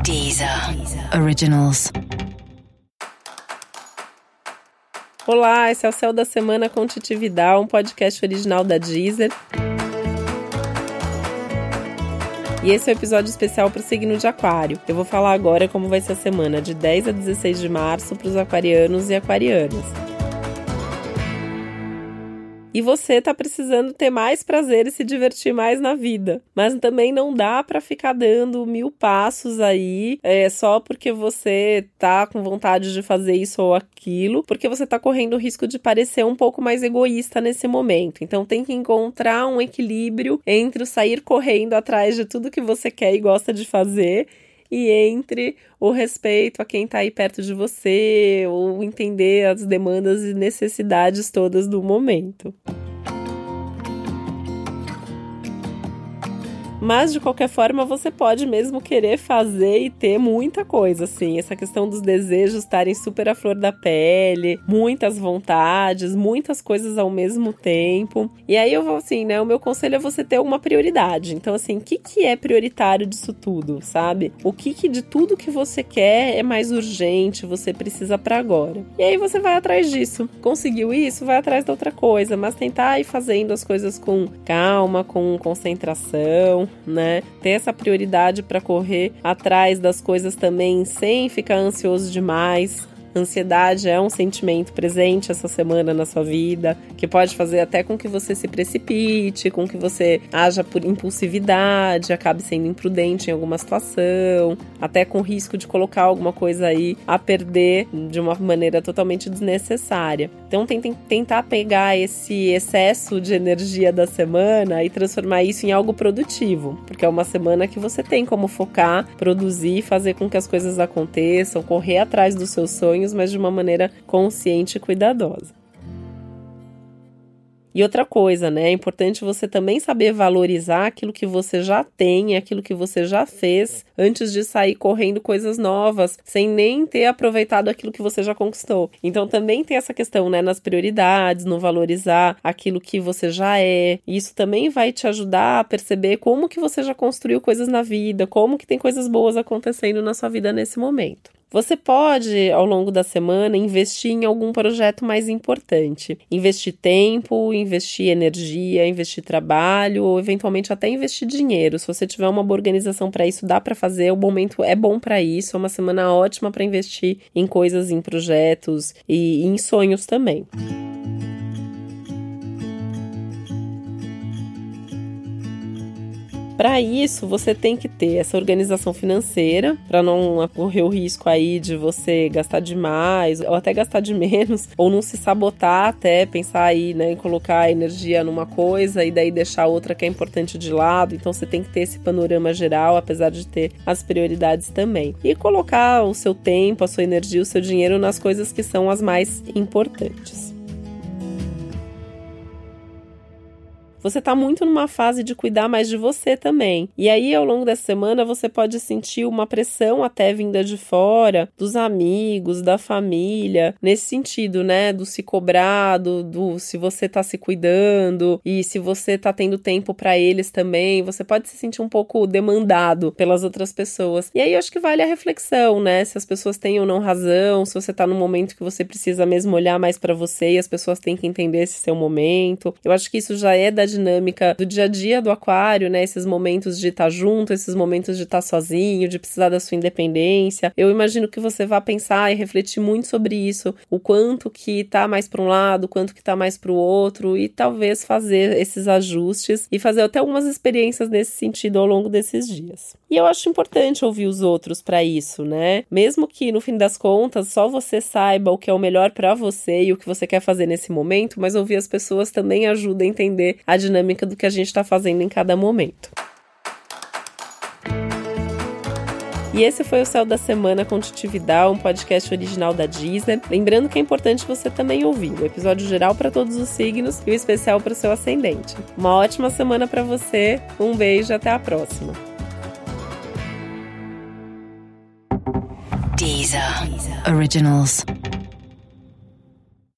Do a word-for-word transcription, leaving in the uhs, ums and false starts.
Deezer Originals. Olá, esse é o Céu da Semana com Titi Vidal, um podcast original da Deezer. E esse é o um episódio especial para o signo de Aquário. Eu vou falar agora como vai ser a semana de dez a dezesseis de março para os aquarianos e aquarianas. E você tá precisando ter mais prazer e se divertir mais na vida. Mas também não dá pra ficar dando mil passos aí, é, só porque você tá com vontade de fazer isso ou aquilo, porque você tá correndo o risco de parecer um pouco mais egoísta nesse momento. Então tem que encontrar um equilíbrio entre o sair correndo atrás de tudo que você quer e gosta de fazer e entre o respeito a quem tá aí perto de você, ou entender as demandas e necessidades todas do momento. Mas, de qualquer forma, você pode mesmo querer fazer e ter muita coisa, assim. Essa questão dos desejos estarem super à flor da pele, muitas vontades, muitas coisas ao mesmo tempo. E aí eu vou, assim, né, o meu conselho é você ter uma prioridade. Então, assim, o que, que é prioritário disso tudo, sabe? O que, que de tudo que você quer é mais urgente, você precisa pra agora. E aí você vai atrás disso. Conseguiu isso? Vai atrás da outra coisa. Mas tentar ir fazendo as coisas com calma, com concentração, né? Ter essa prioridade para correr atrás das coisas também sem ficar ansioso demais. Ansiedade é um sentimento presente essa semana na sua vida, que pode fazer até com que você se precipite, com que você haja por impulsividade, acabe sendo imprudente em alguma situação, até com risco de colocar alguma coisa aí a perder de uma maneira totalmente desnecessária. Então tentem tentar pegar esse excesso de energia da semana e transformar isso em algo produtivo, porque é uma semana que você tem como focar, produzir, fazer com que as coisas aconteçam, correr atrás dos seus sonhos, mas de uma maneira consciente e cuidadosa. E outra coisa, né? É importante você também saber valorizar aquilo que você já tem, aquilo que você já fez, antes de sair correndo coisas novas, sem nem ter aproveitado aquilo que você já conquistou. Então também tem essa questão, né? Nas prioridades, no valorizar aquilo que você já é. E isso também vai te ajudar a perceber como que você já construiu coisas na vida, como que tem coisas boas acontecendo na sua vida nesse momento. Você pode, ao longo da semana, investir em algum projeto mais importante. Investir tempo, investir energia, investir trabalho ou, eventualmente, até investir dinheiro. Se você tiver uma boa organização para isso, dá para fazer. O momento é bom para isso. É uma semana ótima para investir em coisas, em projetos e em sonhos também. Para isso, você tem que ter essa organização financeira, para não correr o risco aí de você gastar demais, ou até gastar de menos, ou não se sabotar até pensar aí, né, em colocar energia numa coisa e daí deixar outra que é importante de lado. Então você tem que ter esse panorama geral, apesar de ter as prioridades também. E colocar o seu tempo, a sua energia, o seu dinheiro nas coisas que são as mais importantes. Você está muito numa fase de cuidar mais de você também. E aí, ao longo dessa semana, você pode sentir uma pressão até vinda de fora, dos amigos, da família, nesse sentido, né? Do se cobrar, do, do se você está se cuidando e se você está tendo tempo para eles também. Você pode se sentir um pouco demandado pelas outras pessoas. E aí, eu acho que vale a reflexão, né? Se as pessoas têm ou não razão, se você está num momento que você precisa mesmo olhar mais para você e as pessoas têm que entender esse seu momento. Eu acho que isso já é da dinâmica do dia a dia do aquário, né? Esses momentos de estar junto, esses momentos de estar sozinho, de precisar da sua independência. Eu imagino que você vá pensar e refletir muito sobre isso, o quanto que tá mais para um lado, o quanto que tá mais para o outro, e talvez fazer esses ajustes e fazer até algumas experiências nesse sentido ao longo desses dias. E eu acho importante ouvir os outros para isso, né? Mesmo que no fim das contas só você saiba o que é o melhor para você e o que você quer fazer nesse momento, mas ouvir as pessoas também ajuda a entender a dinâmica do que a gente está fazendo em cada momento. E esse foi o Céu da Semana com Titi Vidal, um podcast original da Deezer. Lembrando que é importante você também ouvir o episódio geral para todos os signos e o especial para o seu ascendente. Uma ótima semana para você, um beijo e até a próxima. Deezer Originals.